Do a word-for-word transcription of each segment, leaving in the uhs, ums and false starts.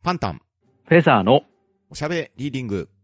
パンタン、 フェザーのおしゃべリーディング。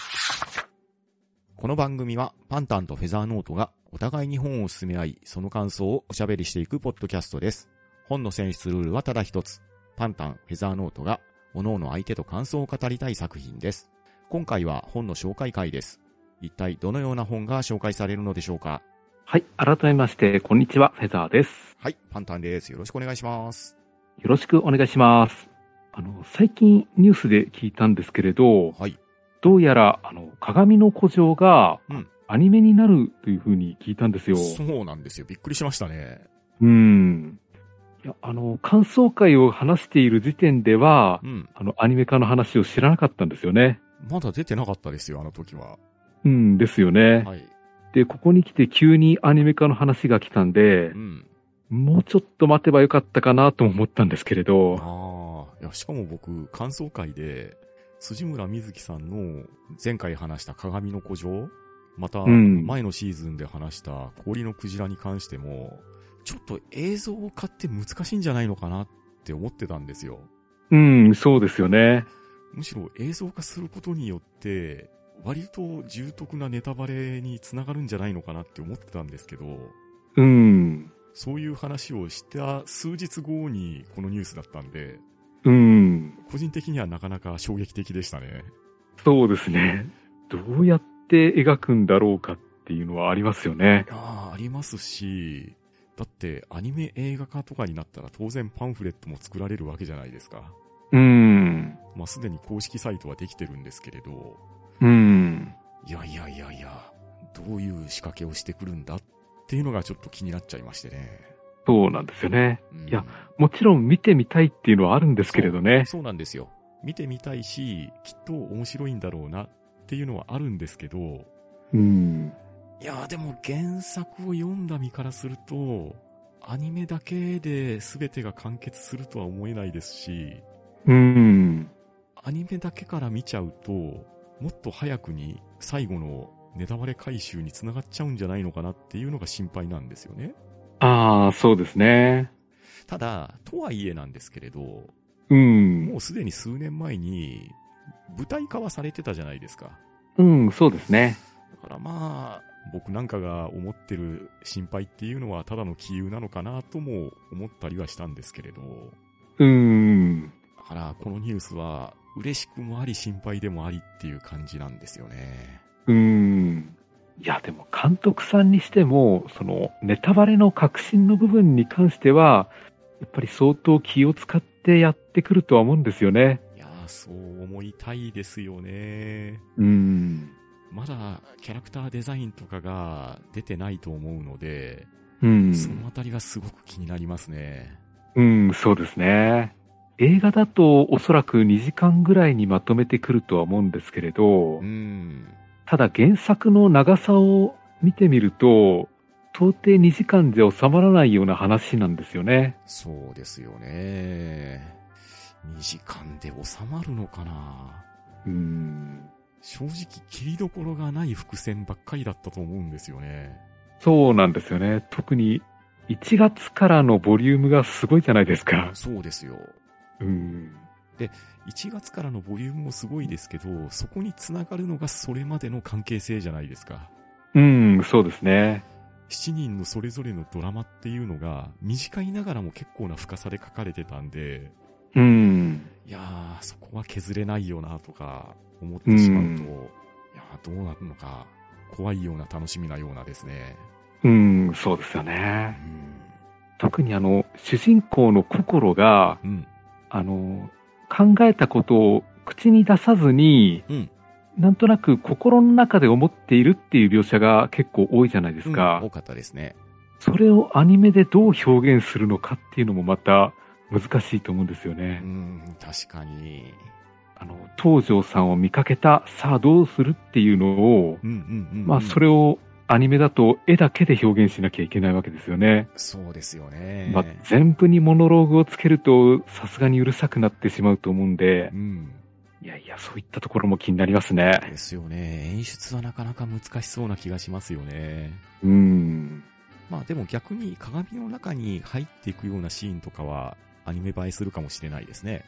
この番組はパンタンとフェザーノートがお互いに本を進め合い、その感想をおしゃべりしていくポッドキャストです。本の選出ルールはただ一つ。パンタン、フェザーノートが各々相手と感想を語りたい作品です。今回は本の紹介会です。一体どのような本が紹介されるのでしょうか。 はい、改めましてこんにちは、フェザーです。 はい、パンタンです。よろしくお願いします。 よろしくお願いします。あの最近ニュースで聞いたんですけれど、はい、どうやらあの鏡の古城が、うん、アニメになるというふうに聞いたんですよ。 そうなんですよ。びっくりしましたね。 うーん。いや、あの感想会を話している時点では、うん、あのアニメ化の話を知らなかったんですよね。 まだ出てなかったですよ、あの時は。 うんですよね。はい。で、ここに来て急にアニメ化の話が来たんで、うん、もうちょっと待てばよかったかなと思ったんですけれど。 ああ、いや、しかも僕、感想会で、辻村瑞希さんの前回話した鏡の古城、また、前のシーズンで話した氷のクジラに関しても、ちょっと映像化って難しいんじゃないのかなって思ってたんですよ。 うん、そうですよね。 むしろ映像化することによって、割と重篤なネタバレにつながるんじゃないのかなって思ってたんですけど、 うん。 そういう話をした数日後にこのニュースだったんで、 うん。 個人的にはなかなか衝撃的でしたね。 そうですね。どうやって描くんだろうかっていうのはありますよね。 いやー、ありますし、だってアニメ映画化とかになったら当然パンフレットも作られるわけじゃないですか。 うん。 まあ、すでに公式サイトはできてるんですけれど、 うん。 いやいやいやいや、どういう仕掛けをしてくるんだっていうのがちょっと気になっちゃいましてね。 そうなんですよね。うん、いや、もちろん見てみたいっていうのはあるんですけれどね。 そう、そうなんですよ。見てみたいし、きっと面白いんだろうなっていうのはあるんですけど、 うん。 いや、でも原作を読んだ身からすると、アニメだけで全てが完結するとは思えないですし、 うん。 アニメだけから見ちゃうと、もっと早くに最後のネタバレ回収につながっちゃうんじゃないのかなっていうのが心配なんですよね。 ああ、そうですね。 ただ、とはいえなんですけれど、 うん。 もうすでに数年前に舞台化はされてたじゃないですか。 うん、そうですね。 だからまあ、僕なんかが思ってる心配っていうのはただの杞憂なのかなとも思ったりはしたんですけれど。 うん。 だからこのニュースは嬉しくもあり心配でもありっていう感じなんですよね。 うーん。いや、でも監督さんにしても、そのネタバレの核心の部分に関しては、やっぱり相当気を使ってやってくるとは思うんですよね。 いやー、そう思いたいですよね。 うーん。 まだキャラクターデザインとかが出てないと思うので、 うん。 そのあたりがすごく気になりますね。 うん、そうですね。映画だとおそらくにじかんぐらいにまとめてくるとは思うんですけれど、 うん。 ただ原作の長さを見てみると、到底にじかんじゃ収まらないような話なんですよね。 そうですよね。にじかんで収まるのかな。 うーん。 正直切りどころがない伏線ばっかりだったと思うんですよね。 そうなんですよね。特にいちがつからのボリュームがすごいじゃないですか。 そうですよ。 うん。 で、いちがつからのボリュームもすごいですけど、そこにつながるのがそれまでの関係性じゃないですか。 うん、そうですね。 しちにんのそれぞれのドラマっていうのが短いながらも結構な深さで書かれてたんで、 うん。 いやー、そこは削れないよなとか思ってしまうと、うん、いやー、どうなるのか怖いような楽しみなようなですね。 うん、そうですよね。うん、特にあの、主人公の心が、うん、あの、考えたことを口に出さずに、うん、なんとなく心の中で思っているっていう描写が結構多いじゃないですか。 うん、多かったですね。 それをアニメでどう表現するのかっていうのもまた難しいと思うんですよね。 うん、確かに。 あの、東條さんを見かけた、さあどうするっていうのを、うんうんうんうん、まあそれをアニメだと絵だけで表現しなきゃいけないわけですよね。 そうですよね。 まあ全部にモノローグをつけるとさすがにうるさくなってしまうと思うんで、うん、いやいや、そういったところも気になりますね。 ですよね。演出はなかなか難しそうな気がしますよね。 うん。 まあでも逆に鏡の中に入っていくようなシーンとかはアニメ映えするかもしれないですね。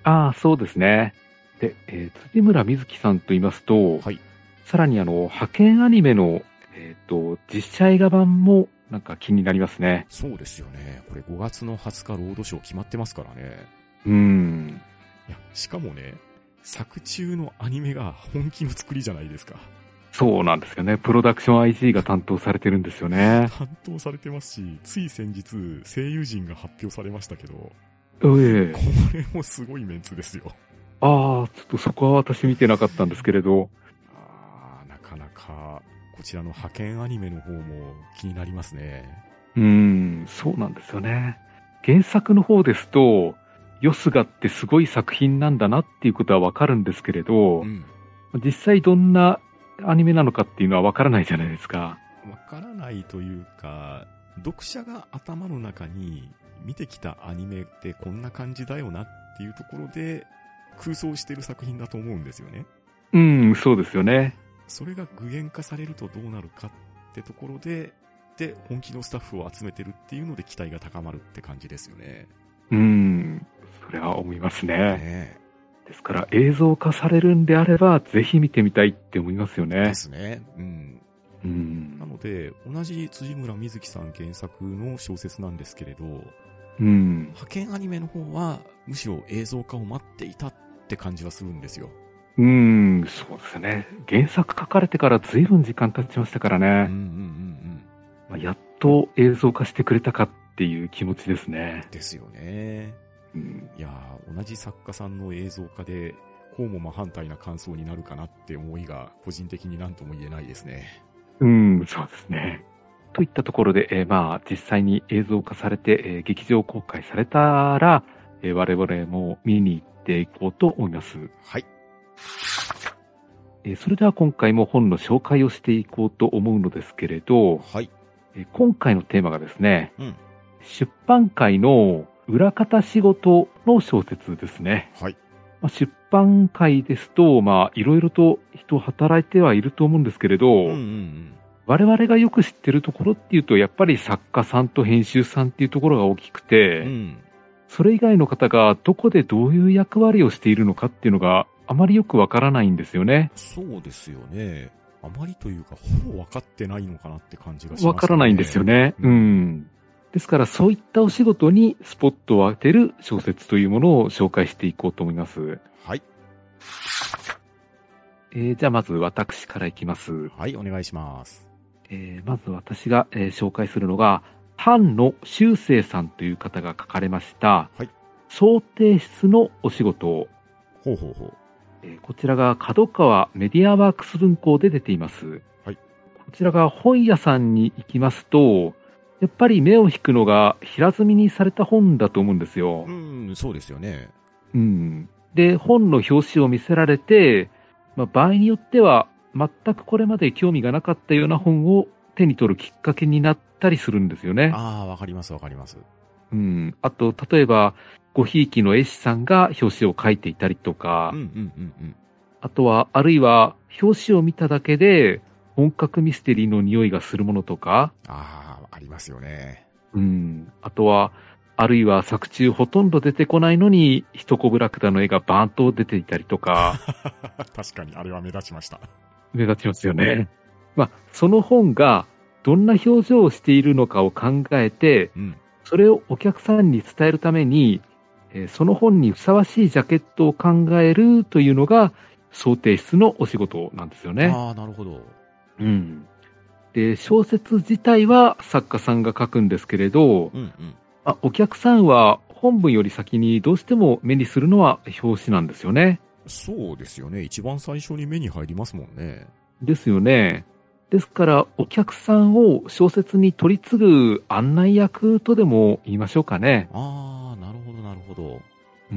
ああ、そうですね。で、えー、辻村瑞希さんと言いますと、はい、さらにあの、派遣アニメの、えっと、実写映画版もなんか気になりますね。 そうですよね。これごがつのはつかロードショー決まってますからね。 うーん。 いや、しかもね、作中のアニメが本気の作りじゃないですか。 そうなんですよね。プロダクション アイジー が担当されてるんですよね。 担当されてますし、つい先日、声優陣が発表されましたけど、 ええ、 これもすごいメンツですよ。 ああ、ちょっとそこは私見てなかったんですけれど。 ああ、なかなか、こちらの派遣アニメの方も気になりますね。 うーん、そうなんですよね。原作の方ですと、ヨスガってすごい作品なんだなっていうことはわかるんですけれど、うん、実際どんなアニメなのかっていうのはわからないじゃないですか。 わからないというか、読者が頭の中に見てきたアニメってこんな感じだよなっていうところで空想してる作品だと思うんですよね。 うん、そうですよね。 それが具現化されるとどうなるかってところで、で、本気のスタッフを集めてるっていうので期待が高まるって感じですよね。 うん、それは思いますね。ね、ですから映像化されるんであれば、ぜひ見てみたいって思いますよね。 ですね。うん。うん、なので、同じ辻村瑞希さん原作の小説なんですけれど、うん、派遣アニメの方は、むしろ映像化を待っていたって感じはするんですよ。 うーん、そうですね。原作書かれてから随分時間経ちましたからね。うんうんうんうん。まあ、やっと映像化してくれたかっていう気持ちですね。 ですよね。うん、いやー、同じ作家さんの映像化で、こうも真反対な感想になるかなって思いが、個人的になんとも言えないですね。 うん、そうですね。といったところで、えー、まあ、実際に映像化されて、えー、劇場公開されたら、えー、我々も見に行っていこうと思います。 はい。 えー、それでは今回も本の紹介をしていこうと思うのですけれど、はい。えー、今回のテーマがですね、うん、出版界の裏方仕事の小説ですね。はい。まあ、出版界ですと、まあ、いろいろと人働いてはいると思うんですけれど、うんうんうん、我々がよく知ってるところっていうと、やっぱり作家さんと編集さんっていうところが大きくて、うん、それ以外の方がどこでどういう役割をしているのかっていうのがあまりよくわからないんですよね。 そうですよね。あまりというか、ほぼわかってないのかなって感じがしますね。 わからないんですよね。うん。うんですから、そういったお仕事にスポットを当てる小説というものを紹介していこうと思います。 はい。 えー、じゃあまず私からいきます。 はい、お願いします。 えー、まず私が、えー、紹介するのが、丹野修正さんという方が書かれました、はい、想定室のお仕事を。 ほうほうほう。 えー、こちらが角川メディアワークス文庫で出ています。はい。こちらが本屋さんに行きますと、やっぱり目を引くのが平積みにされた本だと思うんですよ。 うん、そうですよね。 うん。で、本の表紙を見せられて、まあ、場合によっては全くこれまで興味がなかったような本を手に取るきっかけになったりするんですよね。 ああ、わかりますわかります。 うん。あと、例えば、ごひいきの絵師さんが表紙を書いていたりとか、うんうんうんうん。あとは、あるいは、表紙を見ただけで、本格ミステリーの匂いがするものとか。 ああ、ありますよね。 うん。あとは、あるいは作中ほとんど出てこないのに、ヒトコブラクダの絵がバーンと出ていたりとか。 確かに、あれは目立ちました。 目立ちますよね。まあ、その本がどんな表情をしているのかを考えて、うん、それをお客さんに伝えるために、えー、その本にふさわしいジャケットを考えるというのが、想定室のお仕事なんですよね。 ああ、なるほど。 うん。で、小説自体は作家さんが書くんですけれど、うんうん、まあ、お客さんは本文より先にどうしても目にするのは表紙なんですよね。 そうですよね。一番最初に目に入りますもんね。 ですよね。ですから、お客さんを小説に取り次ぐ案内役とでも言いましょうかね。 ああ、なるほど、なるほど。 うん。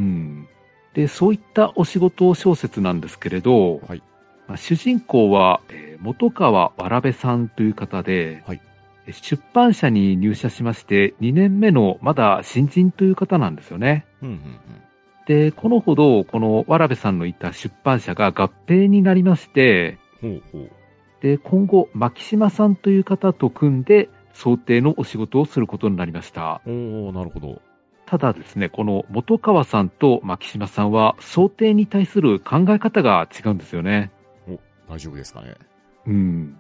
で、そういったお仕事小説なんですけれど、はい。まあ、主人公は、えー、本川わらべさんという方で、はい。出版社に入社しましてにねんめのまだ新人という方なんですよね。うんうんうん。で、このほど、このわらべさんのいた出版社が合併になりまして、ほうほう。で、今後、牧島さんという方と組んで、想定のお仕事をすることになりました。 おー、なるほど。 ただですね、この本川さんと牧島さんは想定に対する考え方が違うんですよね。 お、大丈夫ですかね。 うん。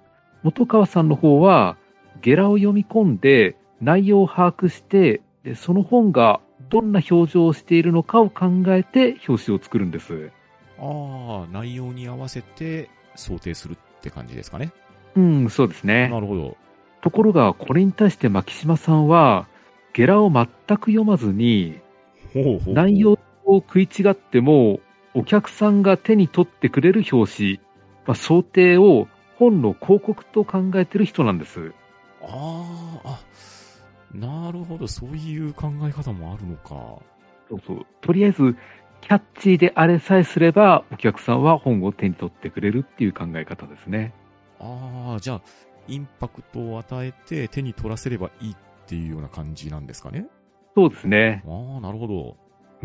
本川さんの方は、ゲラを読み込んで内容を把握して、でその本がどんな表情をしているのかを考えて表紙を作るんです。 ああ、内容に合わせて想定するって感じですかね。 うん、そうですね。 なるほど。 ところが、これに対して牧島さんは、ゲラを全く読まずに、 ほうほうほう、 内容を食い違っても、お客さんが手に取ってくれる表紙、まあ、想定を本の広告と考えている人なんです。 ああ、なるほど、そういう考え方もあるのか。 そうそう。とりあえず、キャッチーであれさえすれば、お客さんは本を手に取ってくれるっていう考え方ですね。 ああ、じゃあ、インパクトを与えて手に取らせればいいっていうような感じなんですかね。 そうですね。 ああ、なるほど。 うん。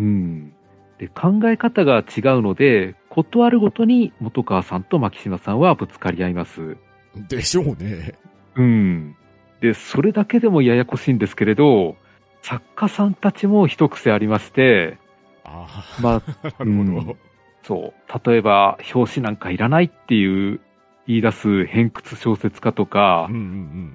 で、考え方が違うので、ことあるごとに本川さんと牧島さんはぶつかり合います。 でしょうね。 うん。で、それだけでもややこしいんですけれど、作家さんたちも一癖ありまして、 ああ、 まあ、 なるほど、うん。 そう。例えば、表紙なんかいらないっていう言い出す偏屈小説家とか、 うんうんうん、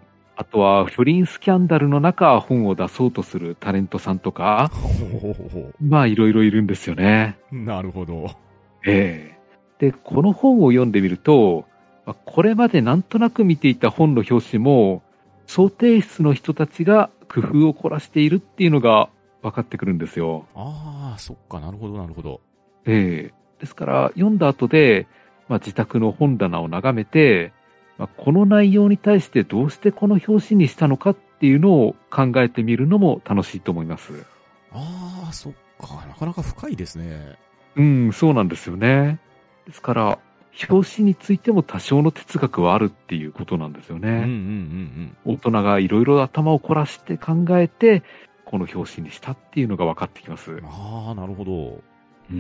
あとは不倫スキャンダルの中本を出そうとするタレントさんとか、まあいろいろいるんですよね。 なるほど。 ええ。で、この本を読んでみると、これまでなんとなく見ていた本の表紙も、想定室の人たちが工夫を凝らしているっていうのが分かってくるんですよ。 ああ、そっか、なるほど、なるほど。 ええ。ですから、読んだ後で、まあ、自宅の本棚を眺めて、まあ、この内容に対してどうしてこの表紙にしたのかっていうのを考えてみるのも楽しいと思います。 ああ、そっか、なかなか深いですね。 うん、そうなんですよね。ですから、表紙についても多少の哲学はあるっていうことなんですよね。 うんうんうんうん。大人がいろいろ頭を凝らして考えて、この表紙にしたっていうのが分かってきます。 ああ、なるほど。 うん。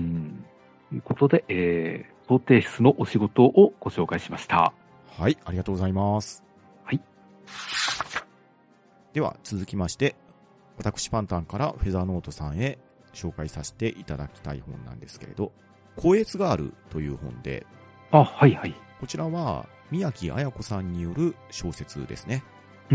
ということで、えー、想定室のお仕事をご紹介しました。 はい、ありがとうございます。 はい。 では、続きまして、私パンタンからフェザーノートさんへ紹介させていただきたい本なんですけれど、光悦ガールという本で、 あ、はいはい。 こちらは宮城彩子さんによる小説ですね。 うん。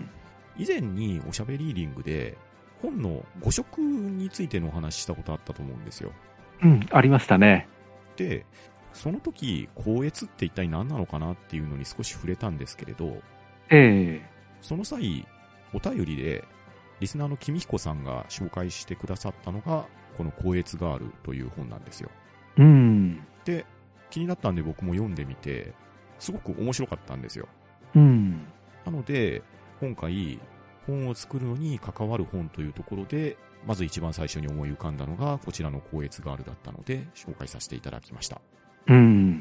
以前におしゃべりーリングで本の誤色についてのお話したことあったと思うんですよ。 うん、ありましたね。 で、その時、光悦って一体何なのかなっていうのに少し触れたんですけれど、 ええ。 その際、お便りでリスナーの君彦さんが紹介してくださったのが、この光悦ガールという本なんですよ。 うん。 で、気になったんで僕も読んでみて、すごく面白かったんですよ。 うん。 なので、今回、本を作るのに関わる本というところで、まず一番最初に思い浮かんだのが、こちらの光悦ガールだったので、紹介させていただきました。 うん。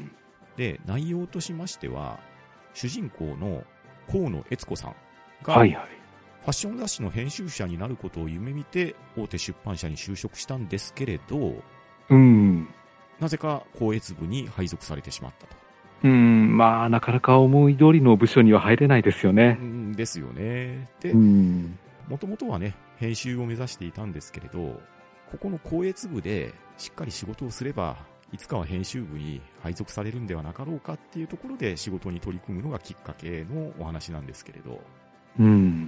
で、内容としましては、主人公の河野悦子さんが、 はいはい。 ファッション雑誌の編集者になることを夢見て、大手出版社に就職したんですけれど、 うん。 なぜか光悦部に配属されてしまったと。 うん、まあ、なかなか思い通りの部署には入れないですよね。 うんですよね。で、もともとはね、編集を目指していたんですけれど、ここの光悦部でしっかり仕事をすれば、いつかは編集部に配属されるんではなかろうかっていうところで仕事に取り組むのがきっかけのお話なんですけれど、 うん、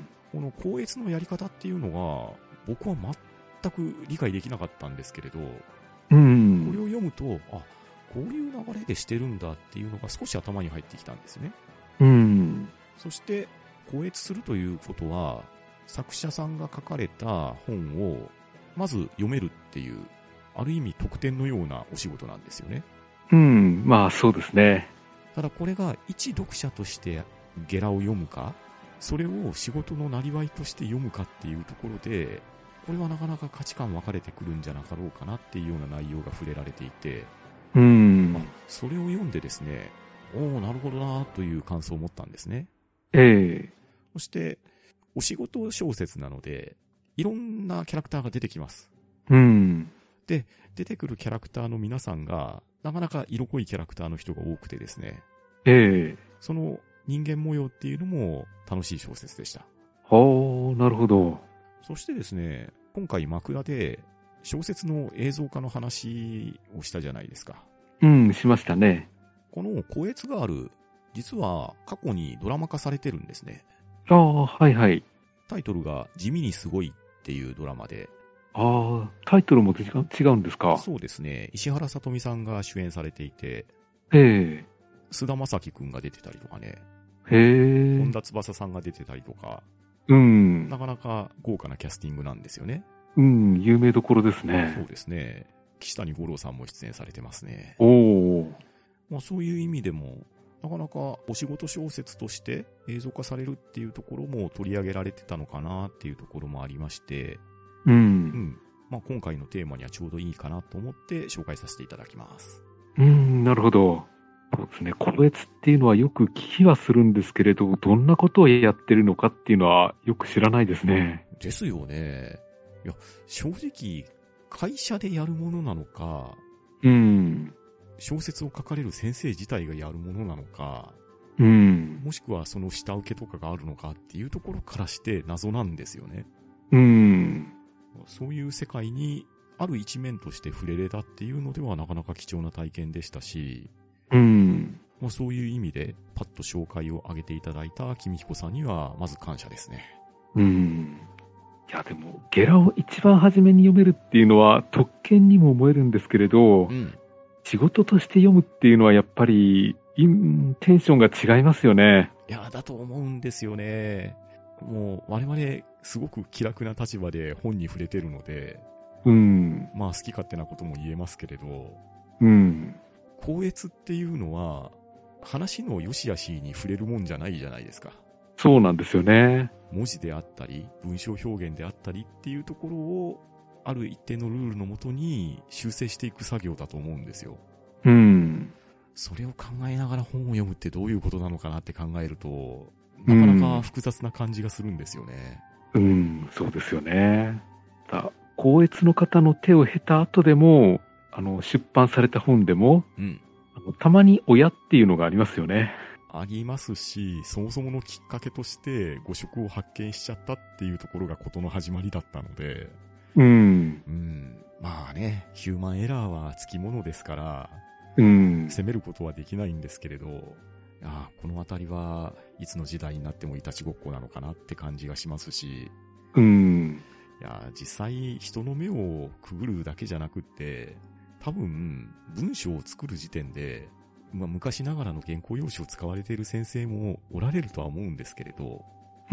この光悦のやり方っていうのが、僕は全く理解できなかったんですけれど、 うん、 これを読むと、あ、こういう流れでしてるんだっていうのが少し頭に入ってきたんですね。 うん、 そして、光悦するということは、作者さんが書かれた本を、まず読めるっていう、ある意味特典のようなお仕事なんですよね。 うん、まあそうですね。 ただこれが一読者としてゲラを読むか、それを仕事のなりわいとして読むかっていうところで、これはなかなか価値観分かれてくるんじゃなかろうかなっていうような内容が触れられていて、 うん、 あ、それを読んでですね、おー、なるほどなという感想を持ったんですね。 ええ。 そして、お仕事小説なので、いろんなキャラクターが出てきます。 うん。 で、出てくるキャラクターの皆さんが、なかなか色濃いキャラクターの人が多くてですね。 ええ。 その人間模様っていうのも楽しい小説でした。 はあ、なるほど。 そしてですね、 今回枕で小説の映像化の話をしたじゃないですか。 うん、しましたね。 この光悦ガール、実は過去にドラマ化されてるんですね。 ああ、はいはい。 タイトルが地味にすごいっていうドラマで。 ああ、タイトルも違うんですか？ そうですね。石原さとみさんが主演されていて、 ええ。 菅田将暉くんが出てたりとかね。 へえ。 本田翼さんが出てたりとか。 うん。 なかなか豪華なキャスティングなんですよね。 うん、有名どころですね。 そうですね。岸谷五郎さんも出演されてますね。 おお。 まあそういう意味でも、なかなかお仕事小説として映像化されるっていうところも取り上げられてたのかなっていうところもありまして、 うん。うん。まあ今回のテーマにはちょうどいいかなと思って紹介させていただきます。 うん、なるほど。そうですね。光悦っていうのはよく聞きはするんですけれど、どんなことをやってるのかっていうのはよく知らないですね。 ですよね。いや、正直、会社でやるものなのか、 うん。 小説を書かれる先生自体がやるものなのか、 うん。 もしくはその下請けとかがあるのかっていうところからして謎なんですよね。 うん。 そういう世界にある一面として触れれたっていうのではなかなか貴重な体験でしたし、 うん。 まあ、そういう意味でパッと紹介を挙げていただいた君彦さんにはまず感謝ですね。 うん。いやでもゲラを一番初めに読めるっていうのは特権にも思えるんですけれど、うん、仕事として読むっていうのはやっぱりテンションが違いますよね。 いやだと思うんですよね。もう我々すごく気楽な立場で本に触れてるので、 うん、 まあ好き勝手なことも言えますけれど、 うん、 光悦っていうのは話の良し悪しに触れるもんじゃないじゃないですか。 そうなんですよね。 文字であったり文章表現であったりっていうところをある一定のルールのもとに修正していく作業だと思うんですよ。 うん。 それを考えながら本を読むってどういうことなのかなって考えると、なかなか複雑な感じがするんですよね。 うん、うん、そうですよね。だ光悦の方の手を経た後でも、あの出版された本でも、うん、あのたまに親っていうのがありますよね。 ありますし、そもそものきっかけとして誤植を発見しちゃったっていうところが事の始まりだったので、 うん。 うん。まあね、ヒューマンエラーはつきものですから、 うん。 責めることはできないんですけれど、あこのあたりはいつの時代になってもいたちごっこなのかなって感じがしますし、 うん。 いや、実際人の目をくぐるだけじゃなくって、多分文章を作る時点で、まあ、昔ながらの原稿用紙を使われている先生もおられるとは思うんですけれど、 うん。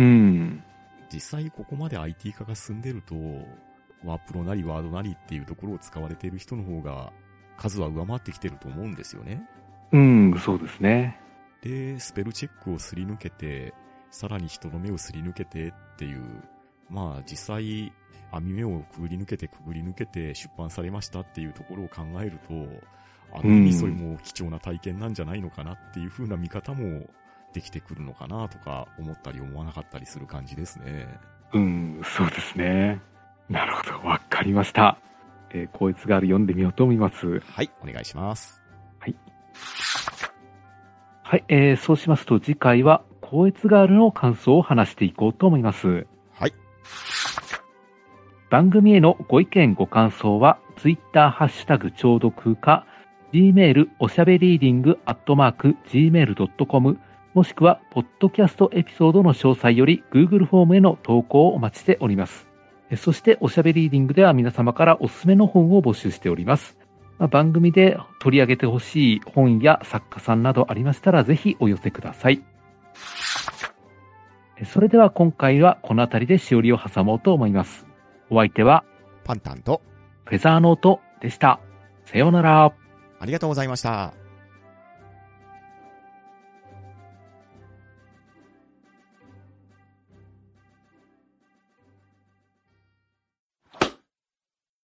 実際ここまで アイティー 化が進んでると、ワープロなりワードなりっていうところを使われている人の方が数は上回ってきてると思うんですよね。 うん、そうですね。 で、スペルチェックをすり抜けて、さらに人の目をすり抜けてっていう、まあ実際網目をくぐり抜けてくぐり抜けて出版されましたっていうところを考えると、ある意味それも貴重な体験なんじゃないのかなっていう風な見方もできてくるのかなとか思ったり思わなかったりする感じですね。 うん、そうですね。なるほど、わかりました。えー、光悦ガール読んでみようと思います。 はい、お願いします。 はい。はい、えー、そうしますと次回は光悦ガールの感想を話していこうと思います。 はい。 番組へのご意見ご感想は、ツイッターハッシュタグ聴読か、Gmail おしゃべりーディングアットマーク ジーメールドットコム もしくは、ポッドキャストエピソードの詳細より Google フォームへの投稿をお待ちしております。そして、おしゃべりーディングでは皆様からおすすめの本を募集しております。番組で取り上げてほしい本や作家さんなどありましたら、ぜひお寄せください。それでは今回はこの辺りでしおりを挟もうと思います。お相手は、 パンタンとフェザーノートでした。さようなら。 ありがとうございました。